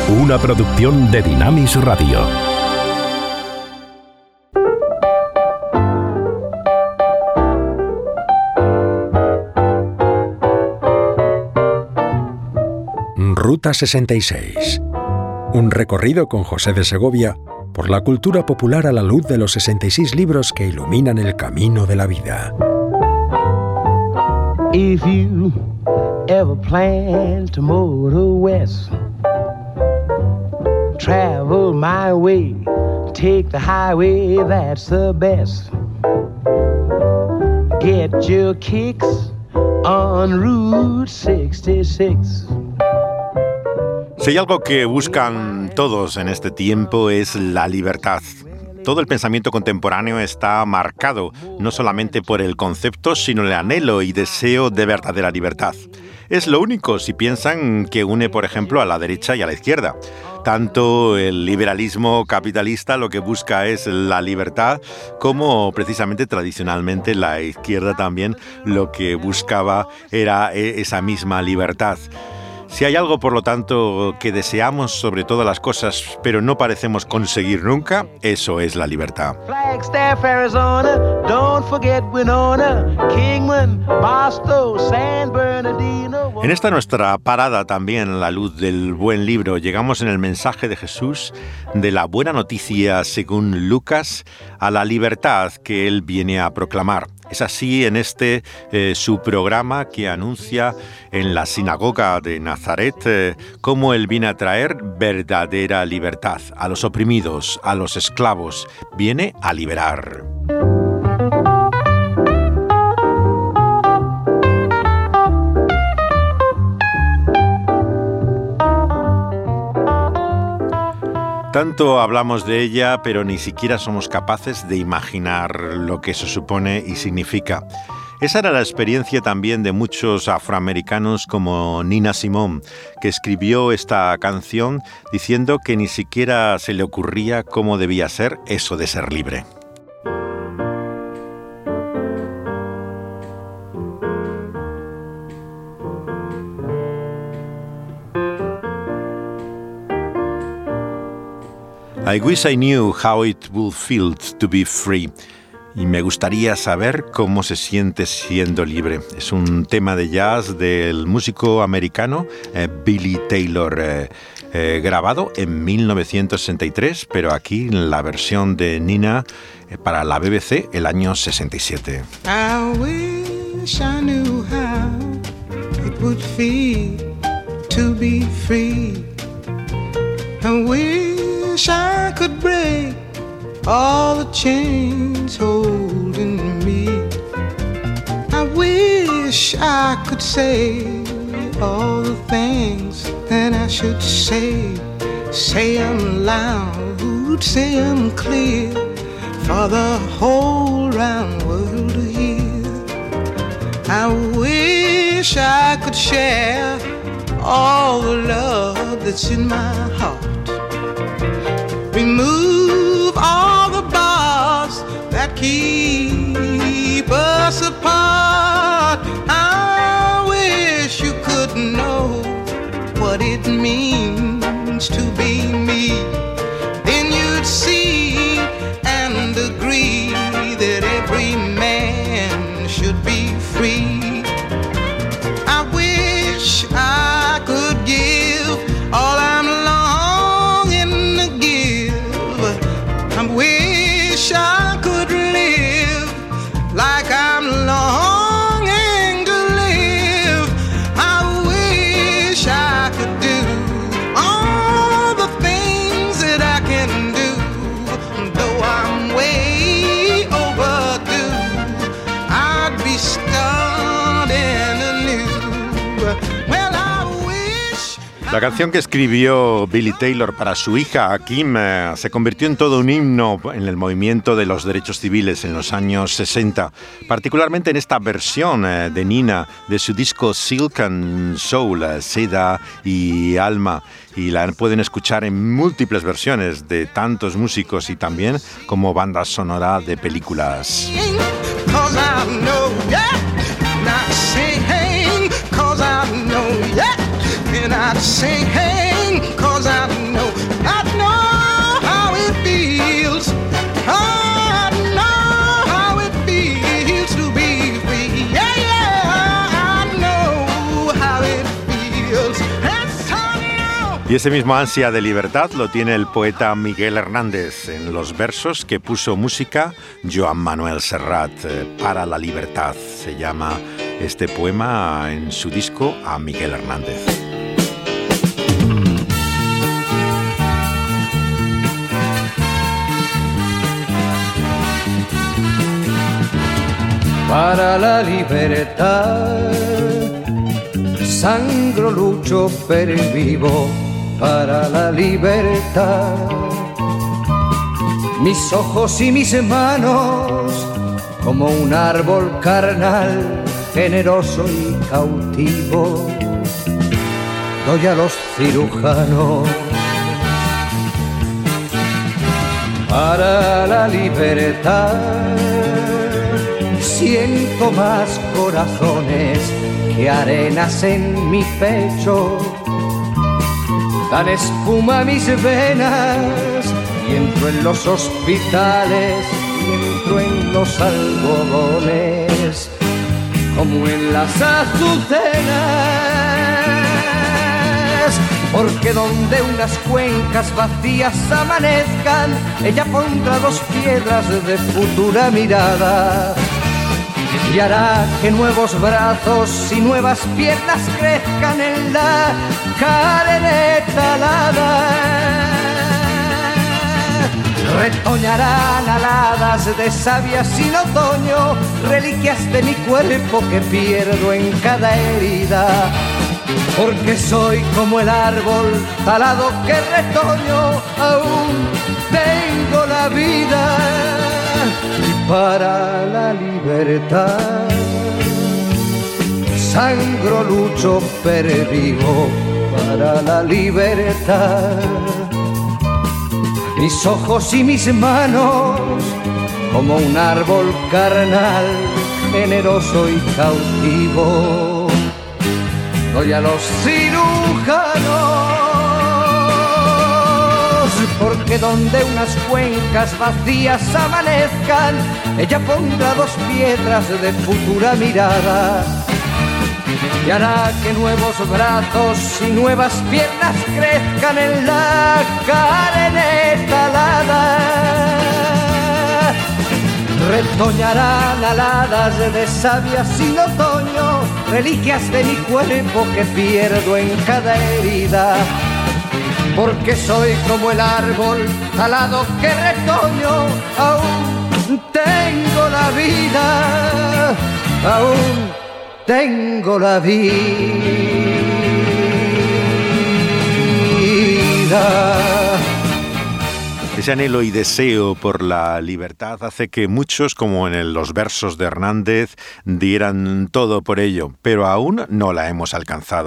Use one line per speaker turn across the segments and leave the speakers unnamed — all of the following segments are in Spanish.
Una producción de Dynamis Radio. Ruta 66. Un recorrido con José de Segovia por la cultura popular a la luz de los 66 libros que iluminan el camino de la vida.
If you ever plan to motor west, travel my way, take the highway, that's the best. Get your kicks on Route 66.
Si hay algo que buscan todos en este tiempo es la libertad. Todo el pensamiento contemporáneo está marcado no solamente por el concepto, sino el anhelo y deseo de verdadera libertad. Es lo único, si piensan, que une, por ejemplo, a la derecha y a la izquierda. Tanto el liberalismo capitalista lo que busca es la libertad, como precisamente tradicionalmente la izquierda también lo que buscaba era esa misma libertad. Si hay algo, por lo tanto, que deseamos sobre todas las cosas, pero no parecemos conseguir nunca, eso es la libertad.
Flagstaff, Arizona, don't forget Winona, Kingman, Barstow, San Bernardino.
En esta nuestra parada también, la luz del buen libro, llegamos en el mensaje de Jesús de la buena noticia, según Lucas, a la libertad que él viene a proclamar. Es así en su programa que anuncia en la sinagoga de Nazaret cómo él viene a traer verdadera libertad a los oprimidos, a los esclavos. Viene a liberar. Tanto hablamos de ella, pero ni siquiera somos capaces de imaginar lo que eso supone y significa. Esa era la experiencia también de muchos afroamericanos como Nina Simone, que escribió esta canción diciendo que ni siquiera se le ocurría cómo debía ser eso de ser libre. I wish I knew how it would feel to be free. Y me gustaría saber cómo se siente siendo libre. Es un tema de jazz del músico americano Billy Taylor, grabado en 1963, pero aquí en la versión de Nina para la BBC el año 67.
I wish I knew how it would feel to be free. I wish I could break all the chains holding me. I wish I could say all the things that I should say. Say them loud, say them clear, for the whole round world to hear. I wish I could share all the love that's in my heart. Remove all the bars that keep us apart. I wish you could know what it means to be me. Then you'd see and agree that every man should be free. I wish I could give all I'm longing to give. I wish I could live like I'm longing to live. I wish I could do all the things that I can do, though I'm way overdue. I'd be starting anew. Well, I wish.
La canción que escribió Billy Taylor para su hija Kim se convirtió en todo un himno en el movimiento de los derechos civiles en los años 60, particularmente en esta versión de Nina de su disco Silk and Soul, Seda y Alma, y la pueden escuchar en múltiples versiones de tantos músicos y también como banda sonora de películas.
And I'd say, hey, 'cause I
Y ese mismo ansia de libertad lo tiene el poeta Miguel Hernández en los versos que puso música Joan Manuel Serrat. Para la libertad se llama este poema en su disco a Miguel Hernández.
Para la libertad sangro, lucho, pervivo. Para la libertad mis ojos y mis manos como un árbol carnal, generoso y cautivo, doy a los cirujanos. Para la libertad siento más corazones que arenas en mi pecho, dan espuma a mis venas y entro en los hospitales y entro en los algodones como en las azucenas, porque donde unas cuencas vacías amanezcan, ella pondrá dos piedras de futura mirada y hará que nuevos brazos y nuevas piernas crezcan en la carne talada. Retoñarán aladas de savia sin otoño, reliquias de mi cuerpo que pierdo en cada herida, porque soy como el árbol talado que retoño, aún tengo la vida. Y para la libertad sangro, lucho, pervivo. Para la libertad mis ojos y mis manos como un árbol carnal, generoso y cautivo, doy a los cirujanos, porque donde unas cuencas vacías amanezcan, ella pondrá dos piedras de futura mirada y hará que nuevos brazos y nuevas piernas crezcan en la carne talada. Retoñarán aladas de savia sin otoño, reliquias de mi cuerpo que pierdo en cada herida, porque soy como el árbol talado que retoño, aún tengo la vida, aún tengo la vida.
Ese anhelo y deseo por la libertad hace que muchos, como en los versos de Hernández, dieran todo por ello, pero aún no la hemos alcanzado.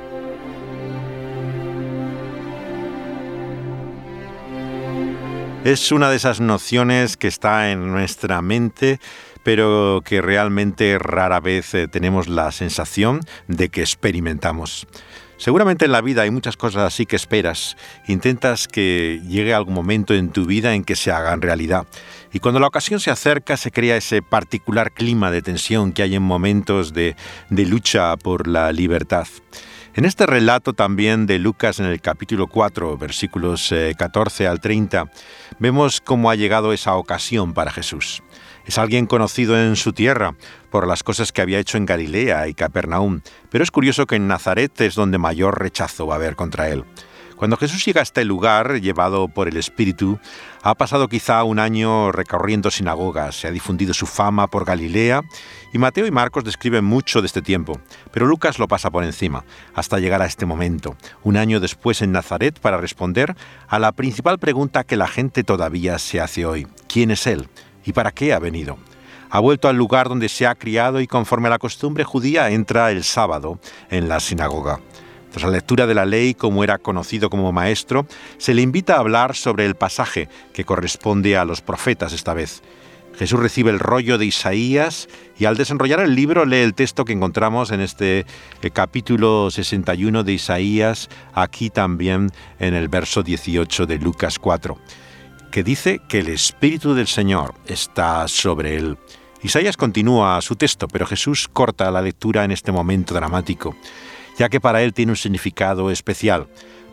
Es una de esas nociones que está en nuestra mente, pero que realmente rara vez tenemos la sensación de que experimentamos. Seguramente en la vida hay muchas cosas así que esperas. Intentas que llegue algún momento en tu vida en que se hagan realidad. Y cuando la ocasión se acerca, se crea ese particular clima de tensión que hay en momentos de lucha por la libertad. En este relato también de Lucas, en el capítulo 4, versículos 14 al 30, vemos cómo ha llegado esa ocasión para Jesús. Es alguien conocido en su tierra por las cosas que había hecho en Galilea y Capernaum, pero es curioso que en Nazaret es donde mayor rechazo va a haber contra él. Cuando Jesús llega a este lugar, llevado por el Espíritu, ha pasado quizá un año recorriendo sinagogas, se ha difundido su fama por Galilea, y Mateo y Marcos describen mucho de este tiempo, pero Lucas lo pasa por encima, hasta llegar a este momento, un año después en Nazaret, para responder a la principal pregunta que la gente todavía se hace hoy: ¿quién es él? ¿Y para qué ha venido? Ha vuelto al lugar donde se ha criado y, conforme a la costumbre judía, entra el sábado en la sinagoga. Tras la lectura de la ley, como era conocido como maestro, se le invita a hablar sobre el pasaje que corresponde a los profetas esta vez. Jesús recibe el rollo de Isaías y, al desenrollar el libro, lee el texto que encontramos en este capítulo 61 de Isaías, aquí también en el verso 18 de Lucas 4, que dice que el Espíritu del Señor está sobre él. Isaías continúa su texto, pero Jesús corta la lectura en este momento dramático, ya que para él tiene un significado especial,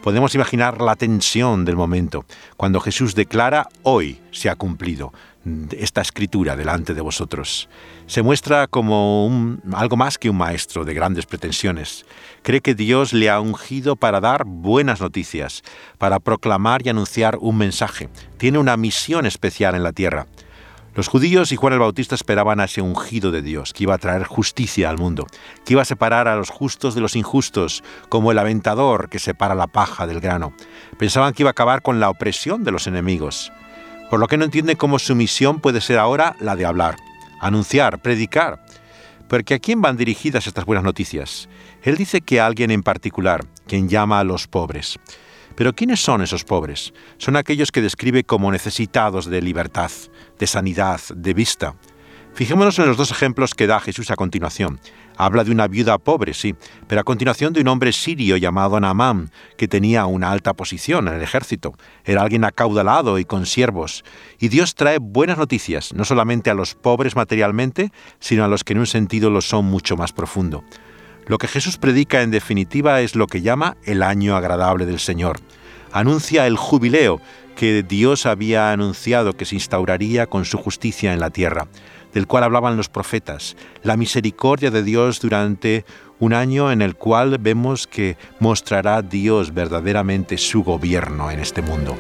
Podemos imaginar la tensión del momento, cuando Jesús declara: hoy se ha cumplido esta escritura delante de vosotros. Se muestra como algo más que un maestro de grandes pretensiones. Cree que Dios le ha ungido para dar buenas noticias, para proclamar y anunciar un mensaje. Tiene una misión especial en la tierra. Los judíos y Juan el Bautista esperaban a ese ungido de Dios, que iba a traer justicia al mundo, que iba a separar a los justos de los injustos, como el aventador que separa la paja del grano. Pensaban que iba a acabar con la opresión de los enemigos, por lo que no entienden cómo su misión puede ser ahora la de hablar, anunciar, predicar. Porque ¿a quién van dirigidas estas buenas noticias? Él dice que a alguien en particular, quien llama a los pobres. Pero ¿quiénes son esos pobres? Son aquellos que describe como necesitados de libertad, de sanidad, de vista. Fijémonos en los dos ejemplos que da Jesús a continuación. Habla de una viuda pobre, sí, pero a continuación de un hombre sirio llamado Naamán, que tenía una alta posición en el ejército. Era alguien acaudalado y con siervos. Y Dios trae buenas noticias, no solamente a los pobres materialmente, sino a los que en un sentido lo son mucho más profundo. Lo que Jesús predica en definitiva es lo que llama el año agradable del Señor. Anuncia el jubileo que Dios había anunciado que se instauraría con su justicia en la tierra, del cual hablaban los profetas, la misericordia de Dios durante un año en el cual vemos que mostrará Dios verdaderamente su gobierno en este mundo.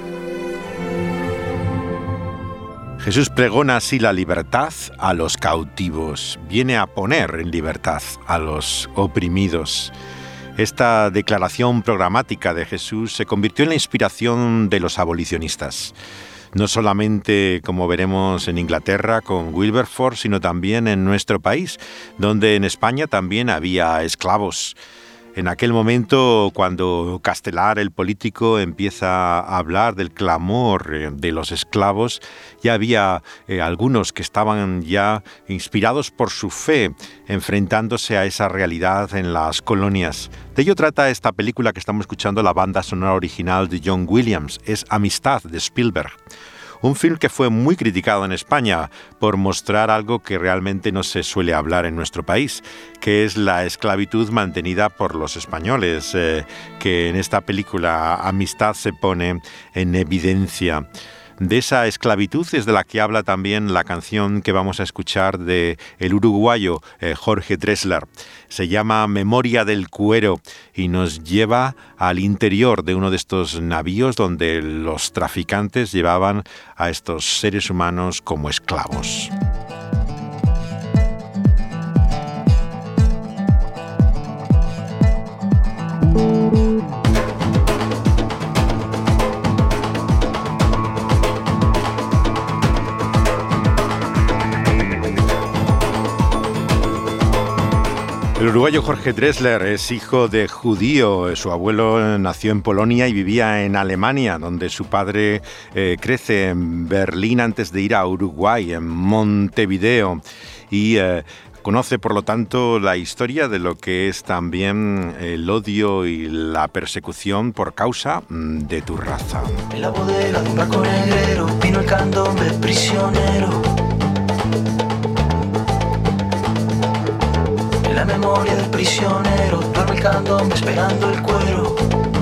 Jesús pregona así la libertad a los cautivos, viene a poner en libertad a los oprimidos. Esta declaración programática de Jesús se convirtió en la inspiración de los abolicionistas. No solamente, como veremos en Inglaterra con Wilberforce, sino también en nuestro país, donde en España también había esclavos. En aquel momento, cuando Castelar, el político, empieza a hablar del clamor de los esclavos, ya había algunos que estaban ya inspirados por su fe, enfrentándose a esa realidad en las colonias. De ello trata esta película que estamos escuchando, la banda sonora original de John Williams, es Amistad, de Spielberg. Un film que fue muy criticado en España por mostrar algo que realmente no se suele hablar en nuestro país, que es la esclavitud mantenida por los españoles, que en esta película Amistad se pone en evidencia. De esa esclavitud es de la que habla también la canción que vamos a escuchar de el uruguayo Jorge Drexler. Se llama Memoria del Cuero y nos lleva al interior de uno de estos navíos donde los traficantes llevaban a estos seres humanos como esclavos. El uruguayo Jorge Drexler es hijo de judío. Su abuelo nació en Polonia y vivía en Alemania, donde su padre crece en Berlín antes de ir a Uruguay, en Montevideo. Y conoce, por lo tanto, la historia de lo que es también el odio y la persecución por causa de tu raza.
En la bodega de un barco negrero vino el candombe prisionero. En la memoria del prisionero duerme el candombe esperando el cuero,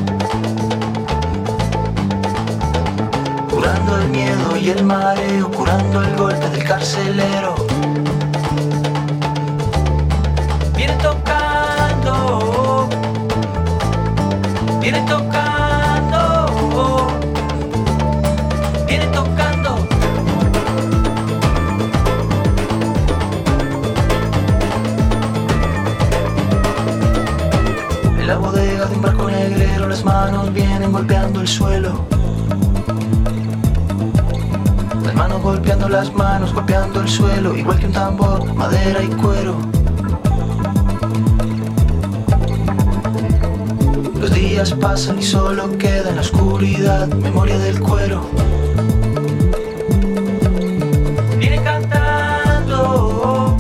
curando el miedo y el mareo, curando el golpe del carcelero. Viene tocando, viene tocando, viene tocando. En la bodega de un barco negrero las manos vienen golpeando el suelo. Las manos golpeando las manos, golpeando el suelo, igual que un tambor, madera y cuero. Los días pasan y solo queda en la oscuridad memoria del cuero. Viene cantando,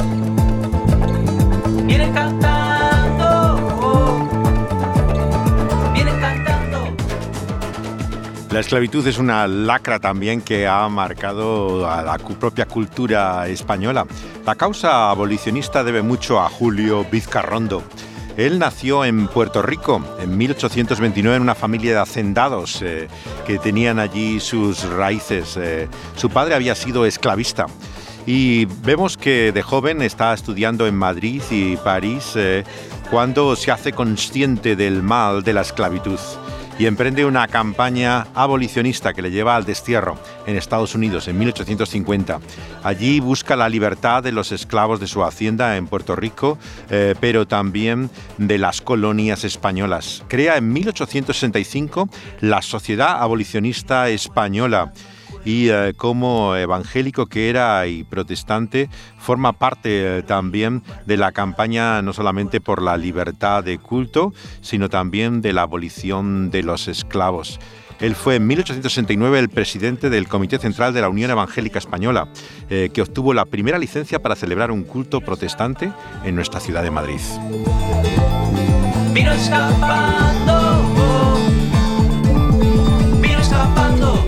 viene cantando, viene cantando.
La esclavitud es una lacra también que ha marcado a la propia cultura española. La causa abolicionista debe mucho a Julio Vizcarrondo. Él nació en Puerto Rico en 1829 en una familia de hacendados que tenían allí sus raíces. Su padre había sido esclavista. Y vemos que de joven está estudiando en Madrid y París cuando se hace consciente del mal de la esclavitud y emprende una campaña abolicionista que le lleva al destierro en Estados Unidos en 1850. Allí busca la libertad de los esclavos de su hacienda en Puerto Rico, pero también de las colonias españolas. Crea en 1865 la Sociedad Abolicionista Española. Y como evangélico que era y protestante, forma parte también de la campaña no solamente por la libertad de culto, sino también de la abolición de los esclavos. Él fue en 1869 el presidente del Comité Central de la Unión Evangélica Española, que obtuvo la primera licencia para celebrar un culto protestante en nuestra ciudad de Madrid.
Vino escapando, vino escapando.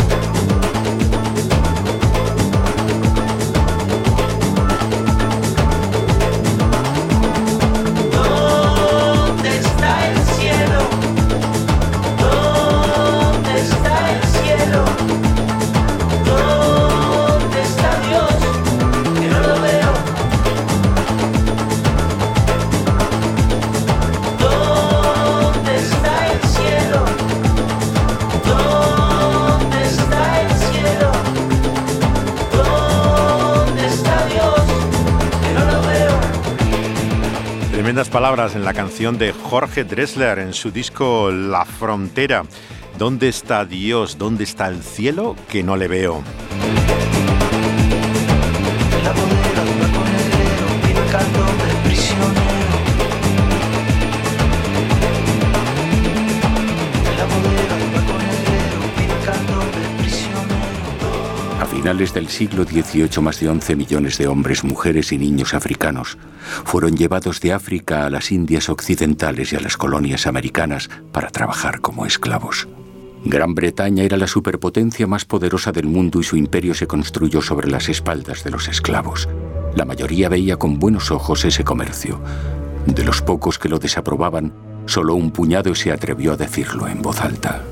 Tremendas palabras en la canción de Jorge Drexler en su disco La Frontera. ¿Dónde está Dios? ¿Dónde está el cielo? Que no le veo.
La bodega de un barco negrero, vino el cantón del prisionero. La bodega de un barco negrero, vino el cantón del prisionero.
A finales del siglo XVIII, más de 11 millones de hombres, mujeres y niños africanos fueron llevados de África a las Indias occidentales y a las colonias americanas para trabajar como esclavos. Gran Bretaña era la superpotencia más poderosa del mundo y su imperio se construyó sobre las espaldas de los esclavos. La mayoría veía con buenos ojos ese comercio. De los pocos que lo desaprobaban, solo un puñado se atrevió a decirlo en voz alta.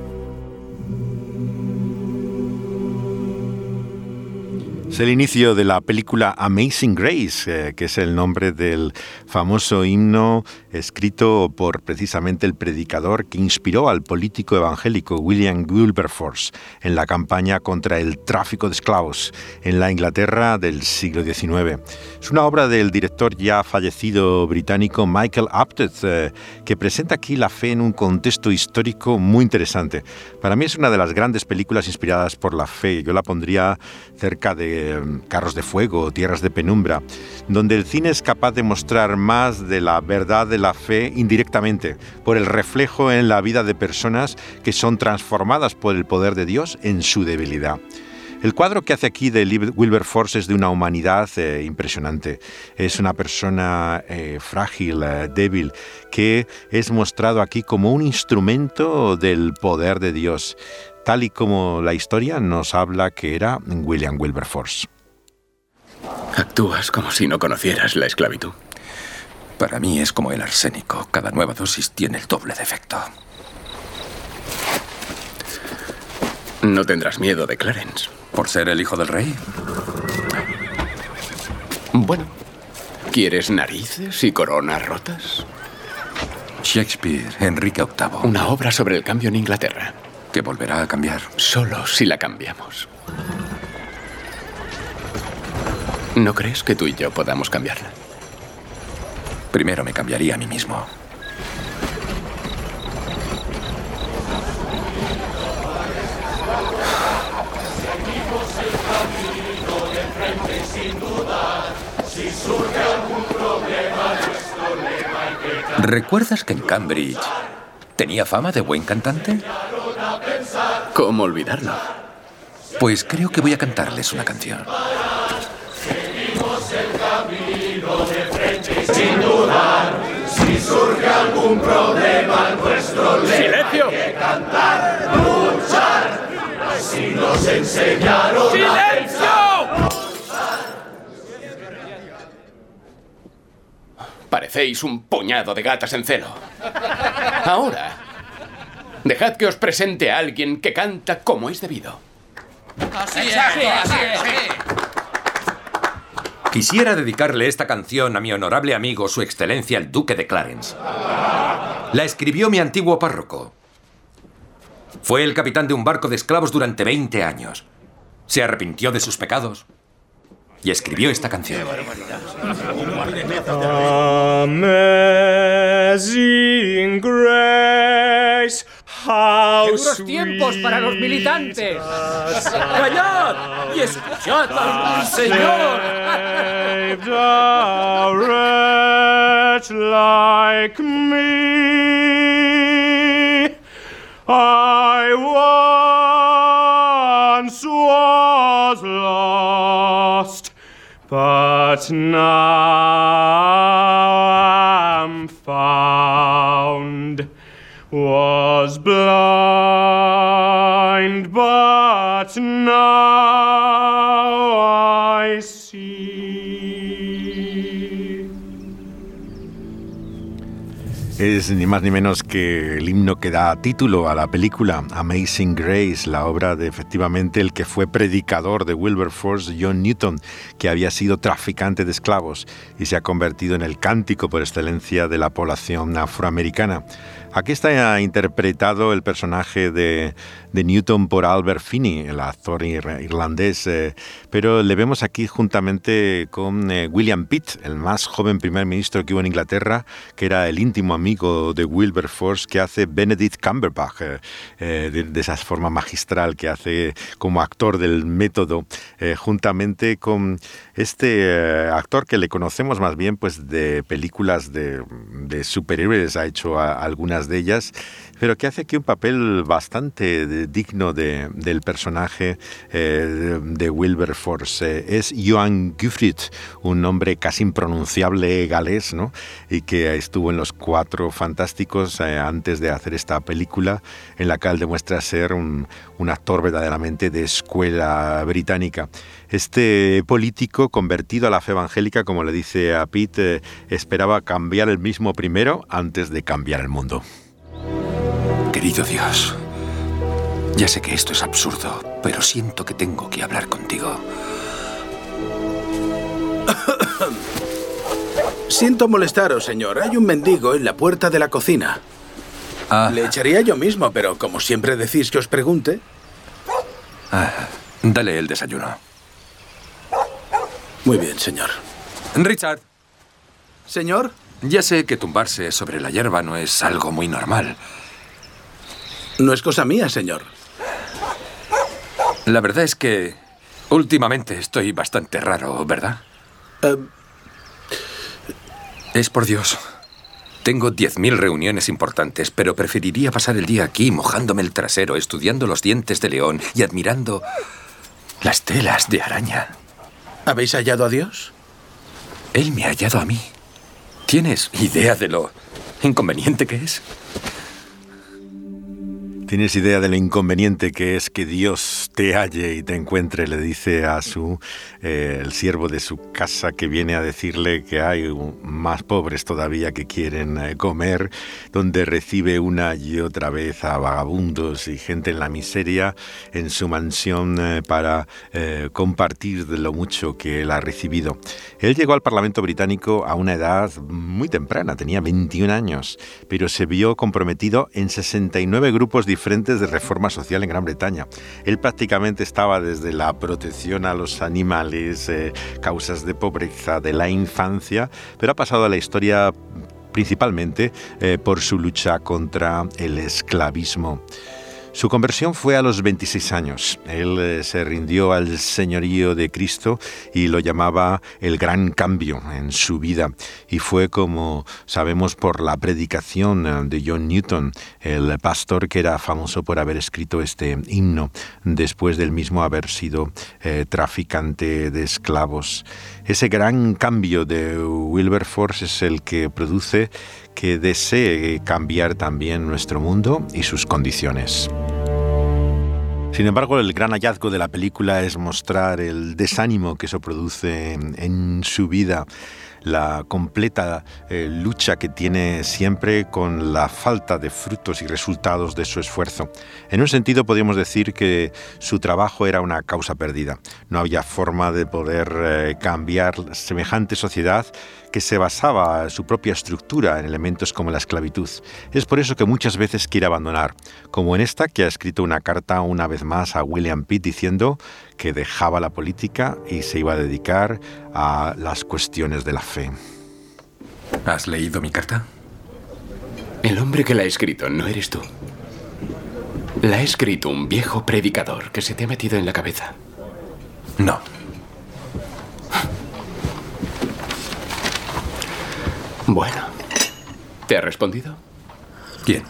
Es el inicio de la película Amazing Grace, que es el nombre del famoso himno escrito por precisamente el predicador que inspiró al político evangélico William Wilberforce en la campaña contra el tráfico de esclavos en la Inglaterra del siglo XIX. Es una obra del director ya fallecido británico Michael Apted, que presenta aquí la fe en un contexto histórico muy interesante. Para mí es una de las grandes películas inspiradas por la fe. Yo la pondría cerca de Carros de Fuego, Tierras de Penumbra, donde el cine es capaz de mostrar más de la verdad de la fe indirectamente, por el reflejo en la vida de personas que son transformadas por el poder de Dios en su debilidad. El cuadro que hace aquí de Wilberforce es de una humanidad impresionante. Es una persona frágil, débil, que es mostrado aquí como un instrumento del poder de Dios, tal y como la historia nos habla que era William Wilberforce.
Actúas como si no conocieras la esclavitud.
Para mí es como el arsénico. Cada nueva dosis tiene el doble de efecto.
No tendrás miedo de Clarence.
¿Por ser el hijo del rey?
Bueno, ¿quieres narices y coronas rotas?
Shakespeare, Enrique VIII.
Una obra sobre el cambio en Inglaterra.
Que volverá a cambiar.
Solo si la cambiamos. ¿No crees que tú y yo podamos cambiarla?
Primero me cambiaría a mí mismo. ¿Recuerdas que en Cambridge tenía fama de buen cantante?
¿Cómo olvidarlo?
Pues creo que voy a cantarles una canción.
Seguimos el camino de frente sin dudar. Si surge algún problema, nuestro lema
¡silencio!
Hay que cantar, luchar. Así nos enseñaron.
¡Silencio! Parecéis un puñado de gatas en celo. Ahora, dejad que os presente a alguien que canta como es debido.
Así es.
Quisiera dedicarle esta canción a mi honorable amigo, Su Excelencia el Duque de Clarence. La escribió mi antiguo párroco. Fue el capitán de un barco de esclavos durante 20 años. Se arrepintió de sus pecados y escribió esta canción.
Amazing Grace, how
¡Qué duros tiempos para los militantes!
¡Callad
y escuchad al Señor!
A wretch like me, I once was lost, but now am found. Was blind, but now I see.
Es ni más ni menos que el himno que da título a la película Amazing Grace, la obra de efectivamente el que fue predicador de Wilberforce, John Newton, que había sido traficante de esclavos y se ha convertido en el cántico por excelencia de la población afroamericana. Aquí está interpretado el personaje de Newton por Albert Finney, el actor irlandés, pero le vemos aquí juntamente con William Pitt, el más joven primer ministro que hubo en Inglaterra, que era el íntimo amigo de Wilberforce, que hace Benedict Cumberbatch, de esa forma magistral que hace como actor del método, juntamente con este actor que le conocemos más bien pues de películas de superhéroes, ha hecho algunas de ellas, pero que hace aquí un papel bastante digno del personaje de Wilberforce. Es Johan Guthrie, un nombre casi impronunciable galés, ¿no? Y que estuvo en Los Cuatro Fantásticos antes de hacer esta película, en la cual demuestra ser un actor verdaderamente de escuela británica. Este político convertido a la fe evangélica, como le dice a Pete, esperaba cambiar el mismo primero antes de cambiar el mundo.
Querido Dios, ya sé que esto es absurdo, pero siento que tengo que hablar contigo.
Siento molestaros, señor. Hay un mendigo en la puerta de la cocina. Le echaría yo mismo, pero como siempre decís que os pregunte...
Dale el desayuno.
Muy bien, señor.
Richard.
¿Señor?
Ya sé que tumbarse sobre la hierba no es algo muy normal.
No es cosa mía, señor.
La verdad es que últimamente estoy bastante raro, ¿verdad? Es por Dios. Tengo 10.000 reuniones importantes, pero preferiría pasar el día aquí mojándome el trasero, estudiando los dientes de león y admirando las telas de araña.
¿Habéis hallado a Dios?
Él me ha hallado a mí. ¿Tienes idea de lo inconveniente que es?
¿Tienes idea de lo inconveniente que es que Dios te halle y te encuentre? Le dice a el siervo de su casa, que viene a decirle que hay más pobres todavía que quieren comer, donde recibe una y otra vez a vagabundos y gente en la miseria en su mansión para compartir de lo mucho que él ha recibido. Él llegó al Parlamento británico a una edad muy temprana, tenía 21 años, pero se vio comprometido en 69 grupos diferentes de reforma social en Gran Bretaña. Él prácticamente estaba desde la protección a los animales, causas de pobreza, de la infancia, pero ha pasado a la historia principalmente por su lucha contra el esclavismo. Su conversión fue a los 26 años. Él se rindió al señorío de Cristo y lo llamaba el gran cambio en su vida. Y fue, como sabemos, por la predicación de John Newton, el pastor que era famoso por haber escrito este himno, después del mismo haber sido traficante de esclavos. Ese gran cambio de Wilberforce es el que produce que desee cambiar también nuestro mundo y sus condiciones. Sin embargo, el gran hallazgo de la película es mostrar el desánimo que eso produce en su vida. la completa lucha que tiene siempre con la falta de frutos y resultados de su esfuerzo. En un sentido podríamos decir que su trabajo era una causa perdida. No había forma de poder cambiar semejante sociedad que se basaba su propia estructura en elementos como la esclavitud. Es por eso que muchas veces quiere abandonar, como en esta, que ha escrito una carta una vez más a William Pitt diciendo que dejaba la política y se iba a dedicar a las cuestiones de la fe.
¿Has leído mi carta?
El hombre que la ha escrito no eres tú. La ha escrito un viejo predicador que se te ha metido en la cabeza.
No.
Bueno, ¿te ha respondido?
¿Quién?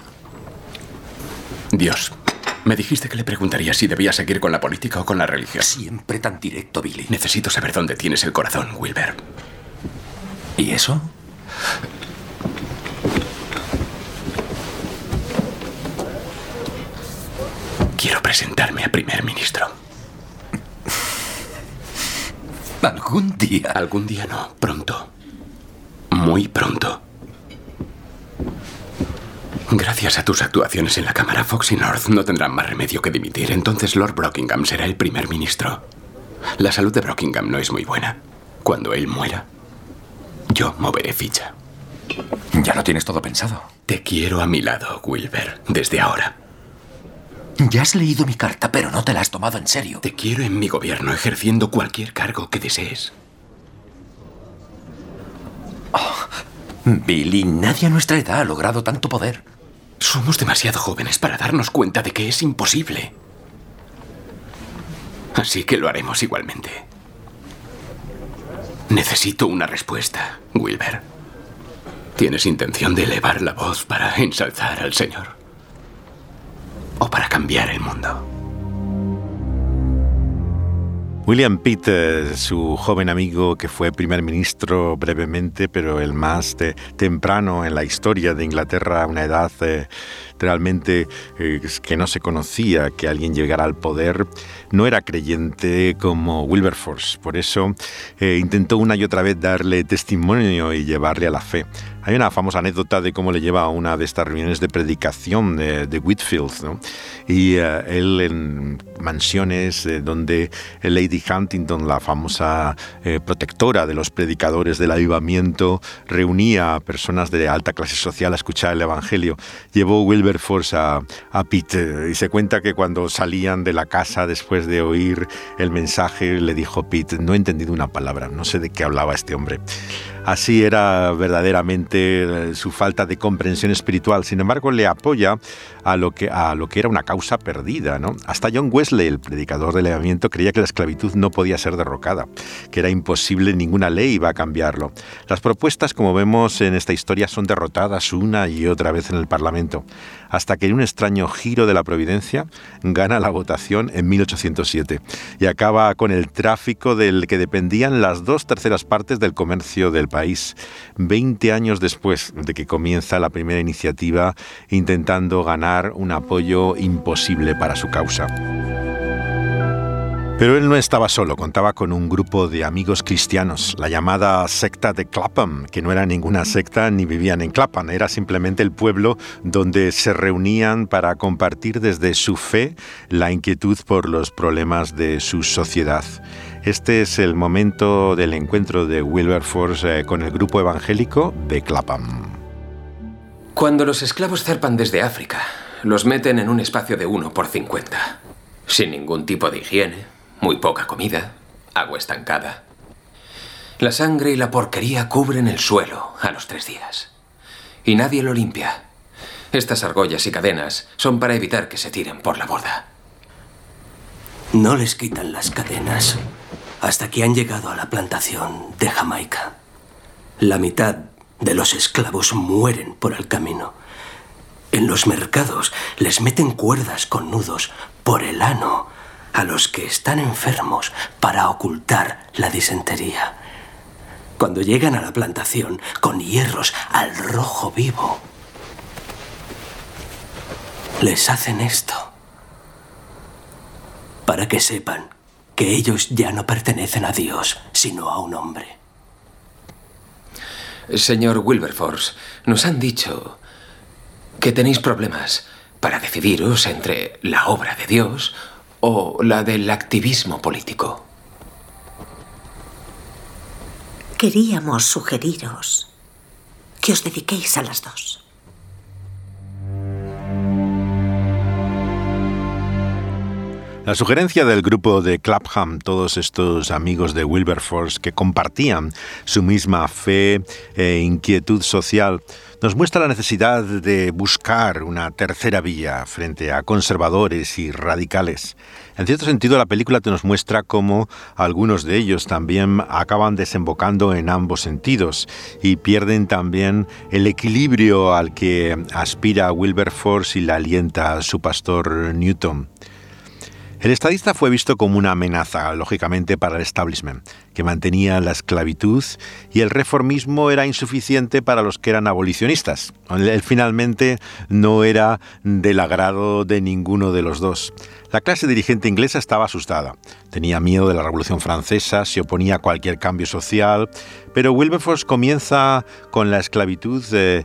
Dios. Me dijiste que le preguntaría si debía seguir con la política o con la religión.
Siempre tan directo, Billy.
Necesito saber dónde tienes el corazón, Wilber.
¿Y eso?
Quiero presentarme a primer ministro.
¿Algún día?
Algún día no, pronto. Muy pronto. Gracias a tus actuaciones en la Cámara, Fox y North no tendrán más remedio que dimitir. Entonces Lord Brockingham será el primer ministro. La salud de Brockingham no es muy buena. Cuando él muera, yo moveré ficha.
Ya lo tienes todo pensado.
Te quiero a mi lado, Wilber, desde ahora.
Ya has leído mi carta, pero no te la has tomado en serio.
Te quiero en mi gobierno, ejerciendo cualquier cargo que desees.
Oh, Billy, nadie a nuestra edad ha logrado tanto poder.
Somos demasiado jóvenes para darnos cuenta de que es imposible. Así que lo haremos igualmente. Necesito una respuesta, Wilber. ¿Tienes intención de elevar la voz para ensalzar al Señor? ¿O para cambiar el mundo?
William Pitt, su joven amigo que fue primer ministro brevemente, pero el más temprano en la historia de Inglaterra, a una edad realmente que no se conocía que alguien llegara al poder, no era creyente como Wilberforce. Por eso intentó una y otra vez darle testimonio y llevarle a la fe. Hay una famosa anécdota de cómo le lleva a una de estas reuniones de predicación de Whitfield, ¿no? Y él en mansiones donde Lady Huntington, la famosa protectora de los predicadores del avivamiento, reunía a personas de alta clase social a escuchar el Evangelio. Llevó Wilberforce a Pitt y se cuenta que cuando salían de la casa después de oír el mensaje le dijo Pitt: no he entendido una palabra, no sé de qué hablaba este hombre. Así era verdaderamente su falta de comprensión espiritual. Sin embargo, le apoya a lo que era una causa perdida, ¿no? Hasta John Wesley, el predicador del avivamiento, creía que la esclavitud no podía ser derrocada, que era imposible, ninguna ley iba a cambiarlo. Las propuestas, como vemos en esta historia, son derrotadas una y otra vez en el Parlamento, hasta que en un extraño giro de la providencia gana la votación en 1807 y acaba con el tráfico del que dependían las 2/3 partes del comercio del país, 20 años después de que comienza la primera iniciativa intentando ganar un apoyo imposible para su causa. Pero él no estaba solo, contaba con un grupo de amigos cristianos, la llamada secta de Clapham, que no era ninguna secta ni vivían en Clapham, era simplemente el pueblo donde se reunían para compartir desde su fe la inquietud por los problemas de su sociedad. Este es el momento del encuentro de Wilberforce con el grupo evangélico de Clapham.
Cuando los esclavos zarpan desde África, los meten en un espacio de 1 por 50, sin ningún tipo de higiene, muy poca comida, agua estancada. La sangre y la porquería cubren el suelo a los 3 días. Y nadie lo limpia. Estas argollas y cadenas son para evitar que se tiren por la borda.
No les quitan las cadenas hasta que han llegado a la plantación de Jamaica. La mitad de los esclavos mueren por el camino. En los mercados les meten cuerdas con nudos por el ano a los que están enfermos para ocultar la disentería. Cuando llegan a la plantación con hierros al rojo vivo, les hacen esto para que sepan que ellos ya no pertenecen a Dios, sino a un hombre.
Señor Wilberforce, nos han dicho que tenéis problemas para decidiros entre la obra de Dios o la del activismo político.
Queríamos sugeriros que os dediquéis a las dos.
La sugerencia del grupo de Clapham, todos estos amigos de Wilberforce que compartían su misma fe e inquietud social, nos muestra la necesidad de buscar una tercera vía frente a conservadores y radicales. En cierto sentido, la película te nos muestra cómo algunos de ellos también acaban desembocando en ambos sentidos y pierden también el equilibrio al que aspira Wilberforce y le alienta su pastor Newton. El estadista fue visto como una amenaza, lógicamente, para el establishment, que mantenía la esclavitud, y el reformismo era insuficiente para los que eran abolicionistas. Él finalmente no era del agrado de ninguno de los dos. La clase dirigente inglesa estaba asustada. Tenía miedo de la Revolución Francesa, se oponía a cualquier cambio social, pero Wilberforce comienza con la esclavitud,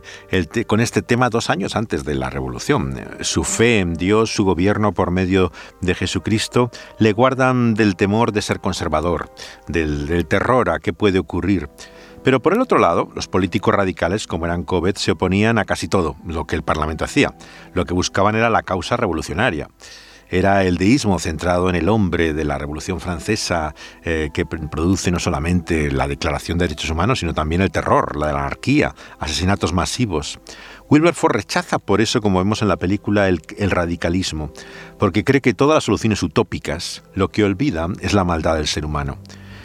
con este tema 2 años antes de la Revolución. Su fe en Dios, su gobierno por medio de Jesucristo, le guardan del temor de ser conservador, del terror a qué puede ocurrir. Pero por el otro lado, los políticos radicales, como eran Cobbett, se oponían a casi todo lo que el Parlamento hacía. Lo que buscaban era la causa revolucionaria. Era el deísmo centrado en el hombre de la Revolución Francesa, que produce no solamente la Declaración de Derechos Humanos, sino también el terror, la anarquía, asesinatos masivos. Wilberforce rechaza por eso, como vemos en la película, el radicalismo, porque cree que todas las soluciones utópicas lo que olvidan es la maldad del ser humano.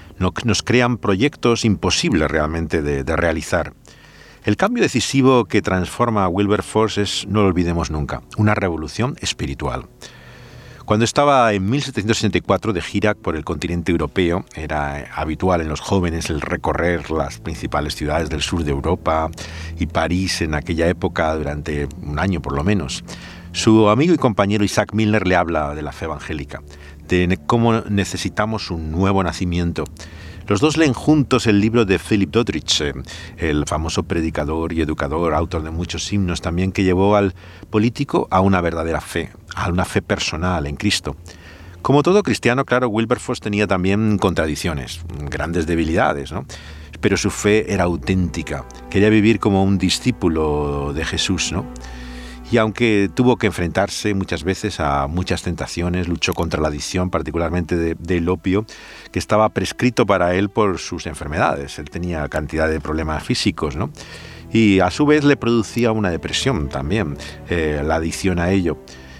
Nos crean proyectos imposibles realmente de realizar. El cambio decisivo que transforma a Wilberforce es, no lo olvidemos nunca, una revolución espiritual. Cuando estaba en 1764 de gira por el continente europeo, era habitual en los jóvenes el recorrer las principales ciudades del sur de Europa y París en aquella época durante un año por lo menos. Su amigo y compañero Isaac Milner le habla de la fe evangélica, de cómo necesitamos un nuevo nacimiento. Los dos leen juntos el libro de Philip Doddridge, el famoso predicador y educador, autor de muchos himnos también, que llevó al político a una verdadera fe, a una fe personal en Cristo. Como todo cristiano, claro, Wilberforce tenía también contradicciones, grandes debilidades, ¿no? Pero su fe era auténtica, quería vivir como un discípulo de Jesús, ¿no? Y aunque tuvo que enfrentarse muchas veces a muchas tentaciones, luchó contra la adicción, particularmente del opio, que estaba prescrito para él por sus enfermedades. Él tenía cantidad de problemas físicos, ¿no? Y a su vez le producía una depresión también, la adicción a ello.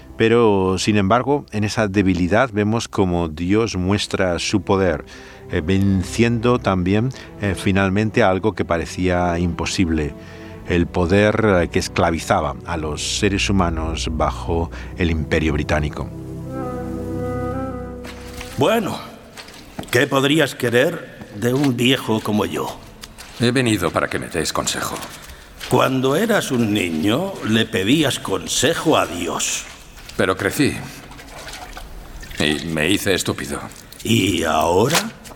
Pero, sin embargo, en esa debilidad vemos como Dios muestra su poder, venciendo también finalmente algo que parecía imposible. El poder que esclavizaba a los seres humanos bajo el Imperio Británico.
Bueno, ¿qué podrías querer de un viejo como yo?
He venido para que me des consejo.
Cuando eras un niño, le pedías consejo a Dios.
Pero crecí. Y me hice estúpido.
¿Y ahora?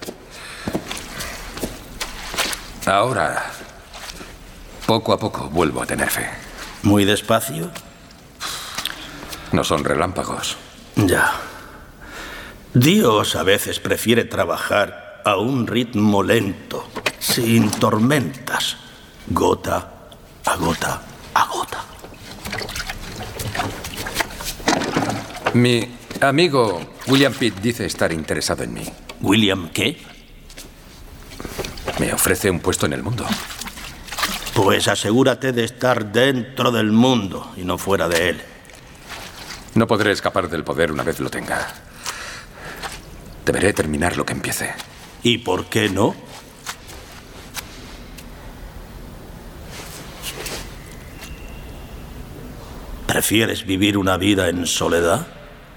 Ahora, poco a poco vuelvo a tener fe.
¿Muy despacio?
No son relámpagos.
Ya. Dios a veces prefiere trabajar a un ritmo lento, sin tormentas, gota a gota a gota.
Mi amigo William Pitt dice estar interesado en mí.
¿William qué?
Me ofrece un puesto en el mundo.
Pues asegúrate de estar dentro del mundo y no fuera de él.
No podré escapar del poder una vez lo tenga. Deberé terminar lo que empiece.
¿Y por qué no? ¿Prefieres vivir una vida en soledad?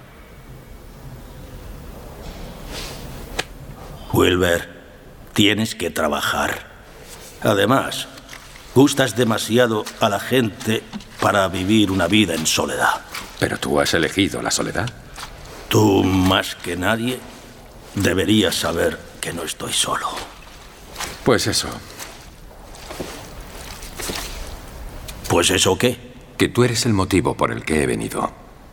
Wilber, tienes que trabajar. Además, gustas demasiado a la gente para vivir una vida en soledad.
¿Pero tú has elegido la soledad?
Tú, más que nadie, deberías saber que no estoy solo.
Pues eso.
¿Pues eso qué?
Que tú eres el motivo por el que he venido.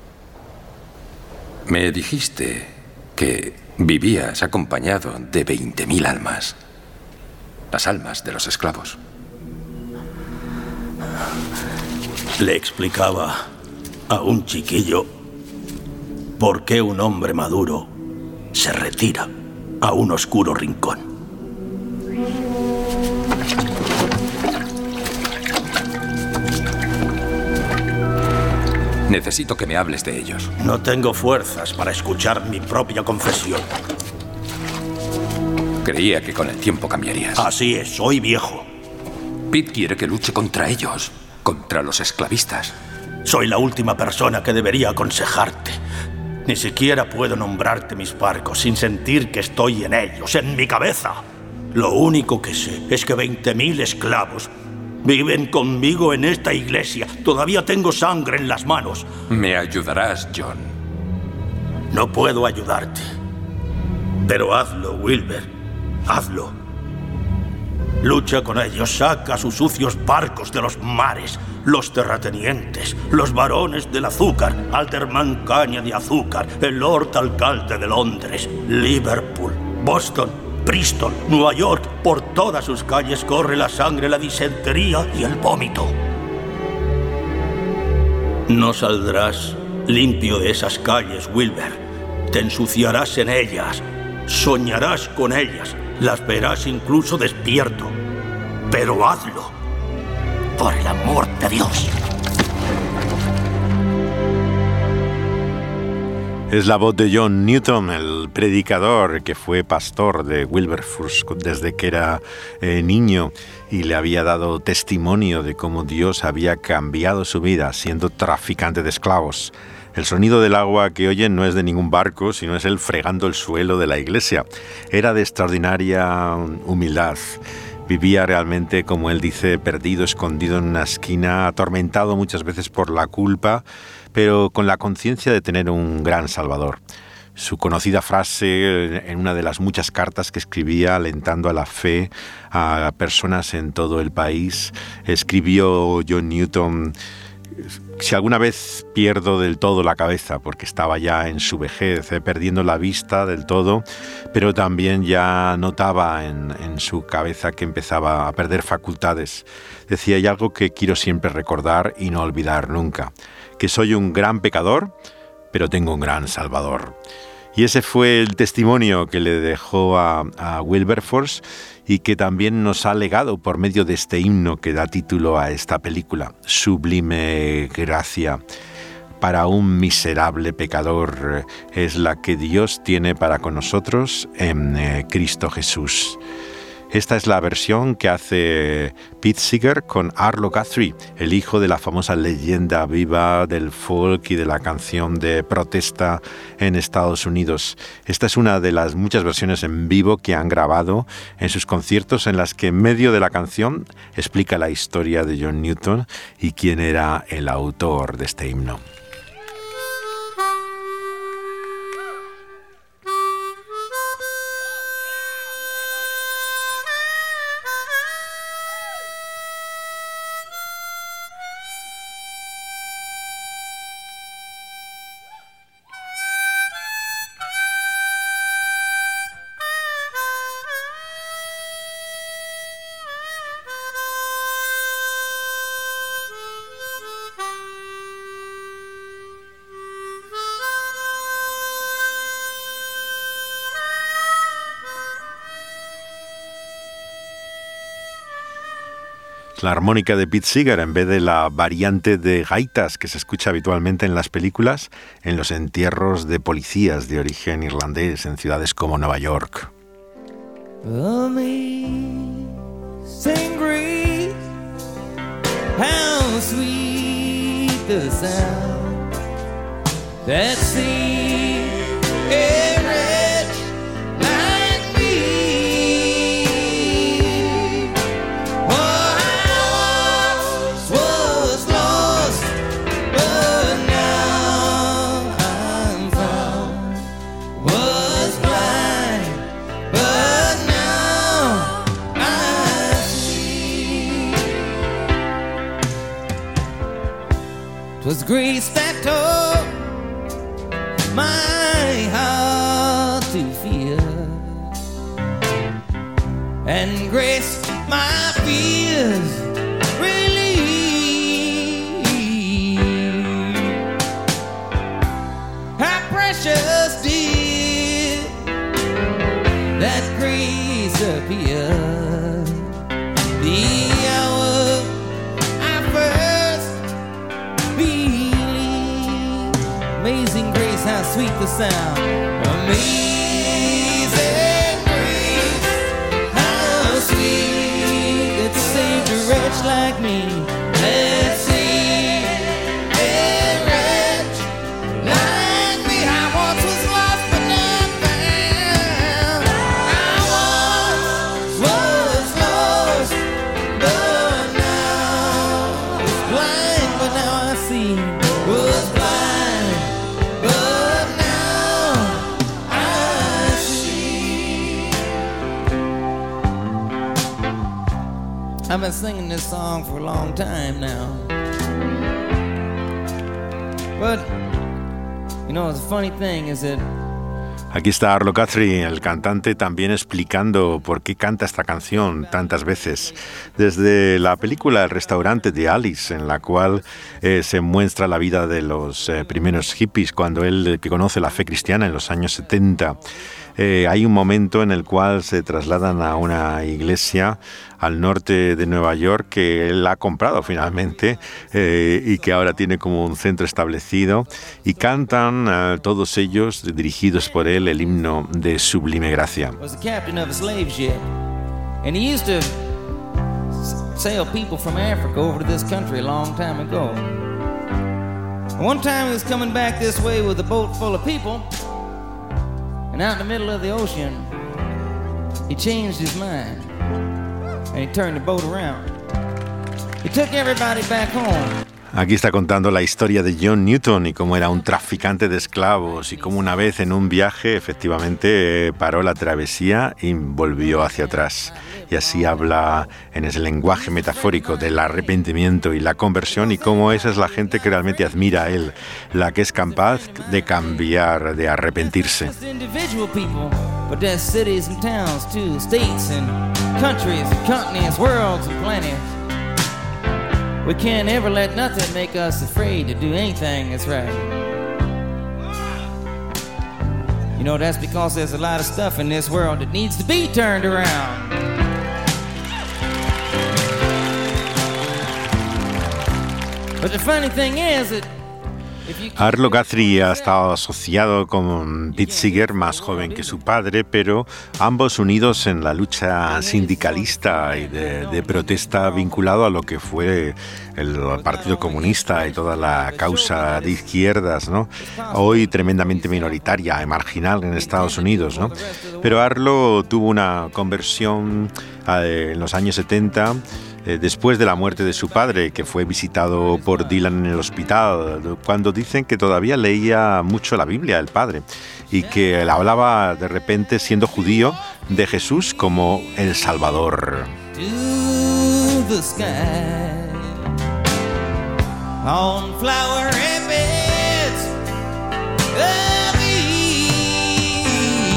Me dijiste que vivías acompañado de 20.000 almas. Las almas de los esclavos.
Le explicaba a un chiquillo por qué un hombre maduro se retira a un oscuro rincón.
Necesito que me hables de ellos.
No tengo fuerzas para escuchar mi propia confesión.
Creía que con el tiempo cambiarías.
Así es, soy viejo.
Pete quiere que luche contra ellos, contra los esclavistas.
Soy la última persona que debería aconsejarte. Ni siquiera puedo nombrarte mis barcos sin sentir que estoy en ellos, en mi cabeza. Lo único que sé es que 20.000 esclavos viven conmigo en esta iglesia. Todavía tengo sangre en las manos.
Me ayudarás, John.
No puedo ayudarte. Pero hazlo, Wilber. Hazlo. Lucha con ellos, saca sus sucios barcos de los mares. Los terratenientes, los barones del azúcar, Alderman Caña de Azúcar, el Lord Alcalde de Londres, Liverpool, Boston, Bristol, Nueva York. Por todas sus calles corre la sangre, la disentería y el vómito. No saldrás limpio de esas calles, Wilber. Te ensuciarás en ellas, soñarás con ellas, las verás incluso despierto. Pero hazlo, por el amor de Dios.
Es la voz de John Newton, el predicador que fue pastor de Wilberforce desde que era niño y le había dado testimonio de cómo Dios había cambiado su vida siendo traficante de esclavos. El sonido del agua que oyen no es de ningún barco, sino es él fregando el suelo de la iglesia. Era de extraordinaria humildad. Vivía realmente, como él dice, perdido, escondido en una esquina, atormentado muchas veces por la culpa, pero con la conciencia de tener un gran Salvador. Su conocida frase en una de las muchas cartas que escribía alentando a la fe a personas en todo el país, escribió John Newton: si alguna vez pierdo del todo la cabeza, porque estaba ya en su vejez, perdiendo la vista del todo, pero también ya notaba en su cabeza que empezaba a perder facultades. Decía: hay algo que quiero siempre recordar y no olvidar nunca, que soy un gran pecador, pero tengo un gran Salvador. Y ese fue el testimonio que le dejó a Wilberforce y que también nos ha legado por medio de este himno que da título a esta película, Sublime Gracia. Para un miserable pecador es la que Dios tiene para con nosotros en Cristo Jesús. Esta es la versión que hace Pete Seeger con Arlo Guthrie, el hijo de la famosa leyenda viva del folk y de la canción de protesta en Estados Unidos. Esta es una de las muchas versiones en vivo que han grabado en sus conciertos, en las que en medio de la canción explica la historia de John Newton y quién era el autor de este himno. La armónica de Pete Seeger en vez de la variante de gaitas que se escucha habitualmente en las películas en los entierros de policías de origen irlandés en ciudades como Nueva York.
Amazing grace, how sweet the sound that saved a wretch like me. grace that taught my heart to fear, and grace my fears relieve. How precious did that grace appear the hour I first believed. Amazing grace, how sweet the sound. Amazing grace, how sweet that saved a wretch like me. That saved a wretch like me. I once was lost but not found. I once was lost but now was blind, but now I see. Was blind, but now I see. I've been singing this song for a long time now, but you know, the funny thing is that
Aquí está Arlo Guthrie, el cantante, también explicando por qué canta esta canción tantas veces. Desde la película El restaurante de Alice, en la cual se muestra la vida de los primeros hippies cuando él conoce la fe cristiana en los años 70. Hay un momento en el cual se trasladan a una iglesia al norte de Nueva York que él ha comprado finalmente y que ahora tiene como un centro establecido, y cantan todos ellos, dirigidos por él, el himno de Sublime Gracia.
was the captain of a slave ship, and he used to sail people from Africa over to this country a long time ago. One time he was coming back this way with a boat full of people, and out in the middle of the ocean, he changed his mind, and he turned the boat around. He took everybody back home.
Aquí está contando la historia de John Newton y cómo era un traficante de esclavos y cómo una vez en un viaje efectivamente paró la travesía y volvió hacia atrás. Y así habla en ese lenguaje metafórico del arrepentimiento y la conversión, y cómo esa es la gente que realmente admira a él, la que es capaz de cambiar, de arrepentirse.
Individual people, but there's cities and towns too, states and countries and continents, worlds and planets. We can't ever let nothing make us afraid to do anything that's right. You know, that's because there's a lot of stuff in this world that needs to be turned around. But the funny thing is that
Arlo Guthrie ha estado asociado con Pete Seeger, más joven que su padre, pero ambos unidos en la lucha sindicalista y de protesta vinculado a lo que fue el Partido Comunista y toda la causa de izquierdas, ¿no? Hoy tremendamente minoritaria y marginal en Estados Unidos, ¿no? Pero Arlo tuvo una conversión en los años 70, después de la muerte de su padre, que fue visitado por Dylan en el hospital, cuando dicen que todavía leía mucho la Biblia, el padre, y que él hablaba de repente, siendo judío, de Jesús como el Salvador.
To the sky, on flower and beds of Eve,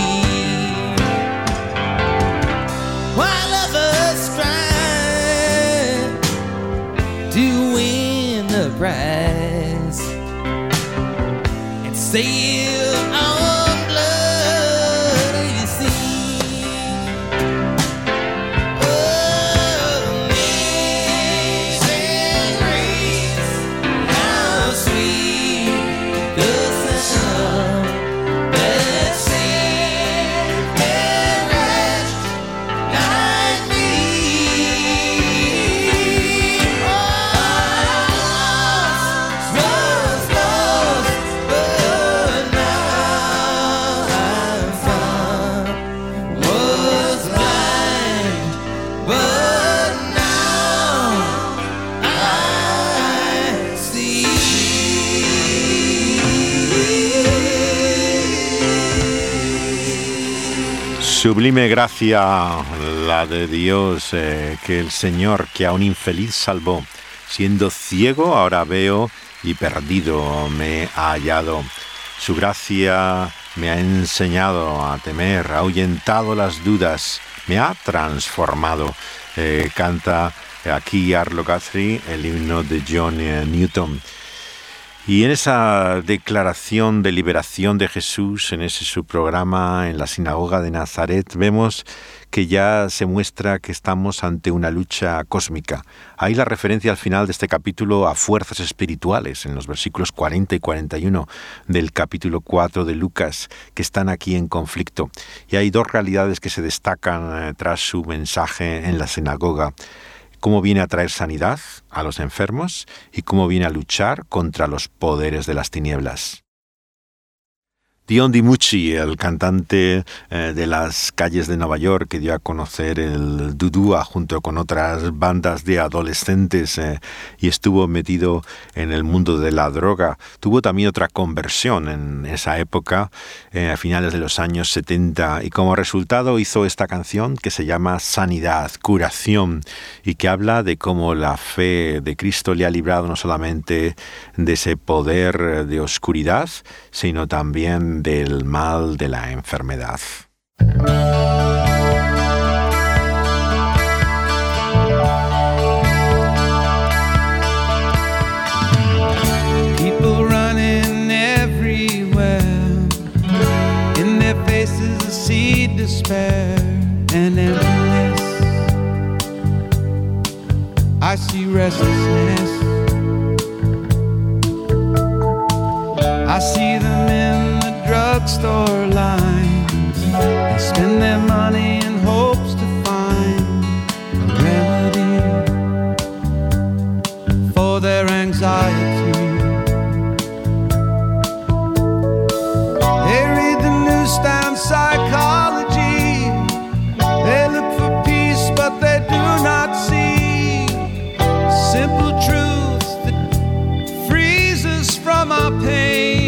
while others strive to win the prize and sail on bloody sea. Amazing grace, how sweet the sound that saved a wretch like me. Was lost, but now I'm found. Was blind, but now I see.
Sublime gracia, la de Dios, que el Señor, que a un infeliz salvó, siendo ciego, ahora veo, y perdido me ha hallado. Su gracia me ha enseñado a temer, ha ahuyentado las dudas, me ha transformado. Canta aquí Arlo Guthrie el himno de John Newton. Y en esa declaración de liberación de Jesús, en ese su programa en la sinagoga de Nazaret, vemos que ya se muestra que estamos ante una lucha cósmica. Hay la referencia al final de este capítulo a fuerzas espirituales, en los versículos 40 y 41 del capítulo 4 de Lucas, que están aquí en conflicto. Y hay dos realidades que se destacan tras su mensaje en la sinagoga. Cómo viene a traer sanidad a los enfermos y cómo viene a luchar contra los poderes de las tinieblas. Dion DiMucci, el cantante de las calles de Nueva York, que dio a conocer el dudúa junto con otras bandas de adolescentes y estuvo metido en el mundo de la droga, tuvo también otra conversión en esa época, a finales de los años 70, y como resultado hizo esta canción que se llama Sanidad, Curación, y que habla de cómo la fe de Cristo le ha librado no solamente de ese poder de oscuridad, sino también del mal de la enfermedad.
People running everywhere, in their faces I see despair and emptiness. I see restlessness. I see them in the drugstore lines. They spend their money in hopes to find a remedy for their anxiety. They read the newsstand psychology. They look for peace, but they do not see simple truth that frees us from our pain.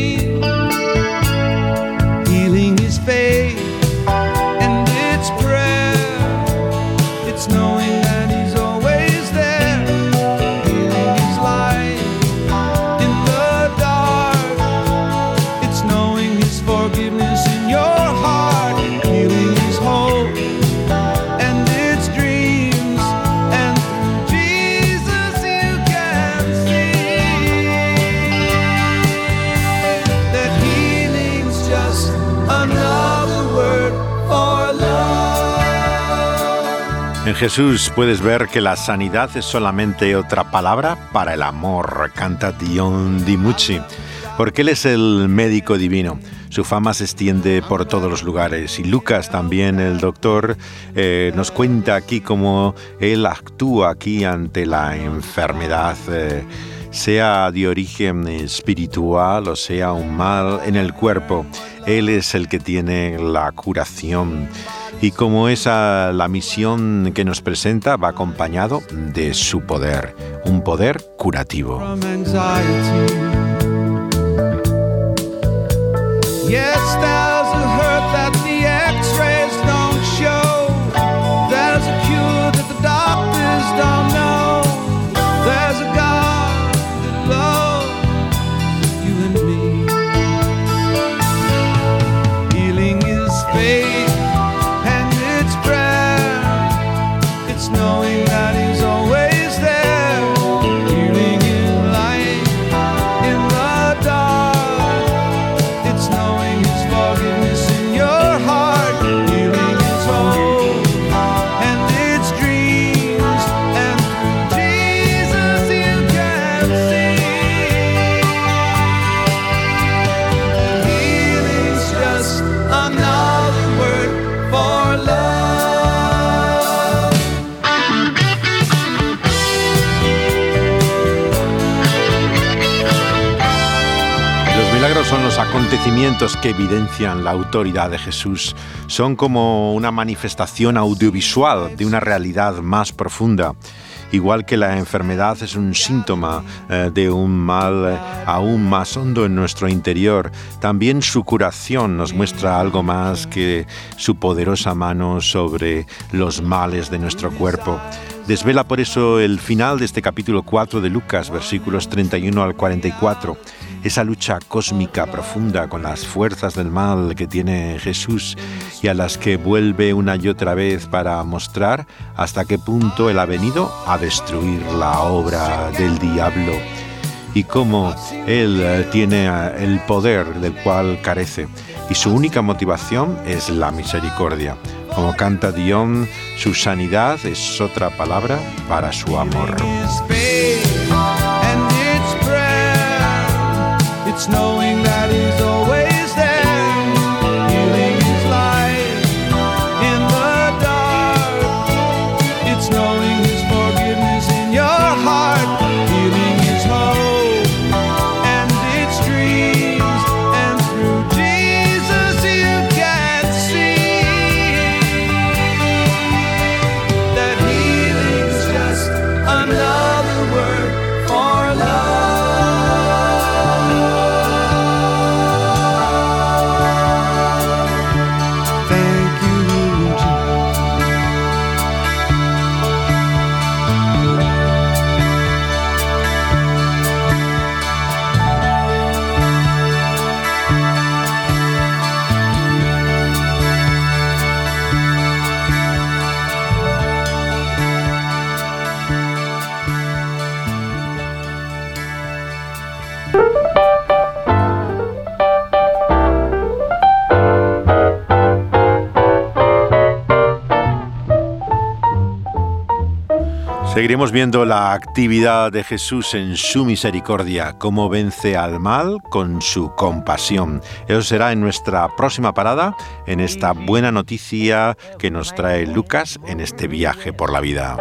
Healing is faith and it's prayer. It's knowing that He's always there. Healing is light in the dark. It's knowing His forgiveness in your heart. Healing is hope and it's dreams, and through Jesus you can see that healing's just another word for love.
En Jesús puedes ver que la sanidad es solamente otra palabra para el amor, canta Dion DiMucci, porque Él es el médico divino. Su fama se extiende por todos los lugares y Lucas también, el doctor, nos cuenta aquí cómo Él actúa aquí ante la enfermedad, sea de origen espiritual o sea un mal en el cuerpo. Él es el que tiene la curación. Y como esa la misión que nos presenta va acompañado de su poder, un poder curativo.
From anxiety. Yes, there's a hurt that the x-rays don't show. There's a cure that the doctors don't know. There's a God that loves you and me. Healing is faith and it's prayer. It's knowing that He's always there. Healing is light in the dark. It's knowing His forgiveness in your heart. Healing is hope and it's dreams, and through Jesus you can see. Healing's just another word for love.
Los milagros son los acontecimientos que evidencian la autoridad de Jesús. Son como una manifestación audiovisual de una realidad más profunda. Igual que la enfermedad es un síntoma de un mal aún más hondo en nuestro interior, también su curación nos muestra algo más que su poderosa mano sobre los males de nuestro cuerpo. Desvela por eso el final de este capítulo 4 de Lucas, versículos 31 al 44, esa lucha cósmica profunda con las fuerzas del mal que tiene Jesús y a las que vuelve una y otra vez para mostrar hasta qué punto Él ha venido a destruir la obra del diablo y cómo Él tiene el poder del cual carece y su única motivación es la misericordia. Como canta Dion, su sanidad es otra palabra para su amor.
It's knowing that he's always there, healing his life in the dark. It's knowing his forgiveness in your heart, healing his hope and its dreams. And through Jesus you can see that healing's just another word for love.
Seguiremos viendo la actividad de Jesús en su misericordia, cómo vence al mal con su compasión. Eso será en nuestra próxima parada, en esta buena noticia que nos trae Lucas en este viaje por la vida.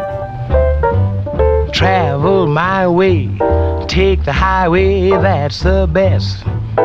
Travel my way, take the highway, that's the best.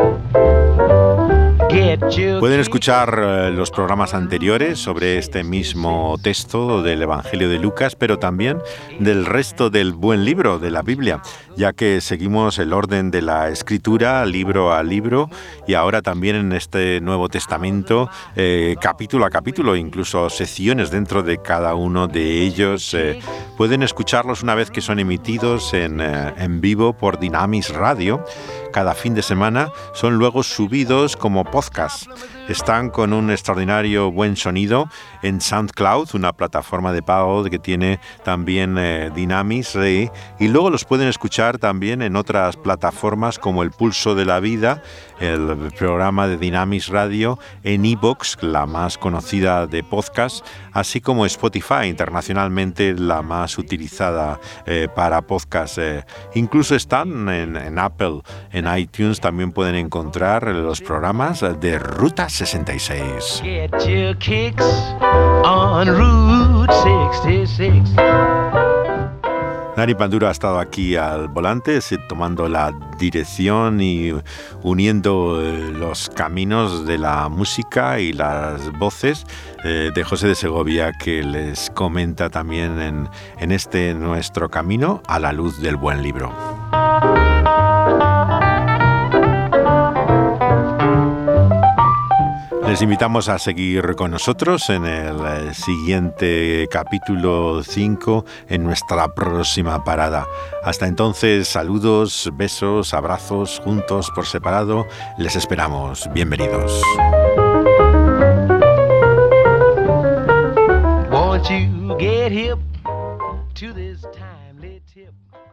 Pueden escuchar los programas anteriores sobre este mismo texto del Evangelio de Lucas, pero también del resto del buen libro de la Biblia, ya que seguimos el orden de la Escritura, libro a libro, y ahora también en este Nuevo Testamento, capítulo a capítulo, incluso secciones dentro de cada uno de ellos. Pueden escucharlos una vez que son emitidos en vivo por Dynamis Radio. Cada fin de semana son luego subidos como podcast. Están con un extraordinario buen sonido en SoundCloud, una plataforma de pago que tiene también Dynamis, y luego los pueden escuchar también en otras plataformas como El Pulso de la Vida, el programa de Dynamis Radio, en iVoox, la más conocida de podcast, así como Spotify, internacionalmente la más utilizada para podcast. Incluso están en Apple, en iTunes también pueden encontrar los programas de Ruta 66.
Get your kicks on Route 66.
Nari Pandura ha estado aquí al volante, tomando la dirección y uniendo los caminos de la música y las voces de José de Segovia, que les comenta también en este nuestro camino a la luz del buen libro. Les invitamos a seguir con nosotros en el siguiente capítulo 5 en nuestra próxima parada. Hasta entonces, saludos, besos, abrazos, juntos, por separado. Les esperamos. Bienvenidos.
Won't you get hip to this timely tip?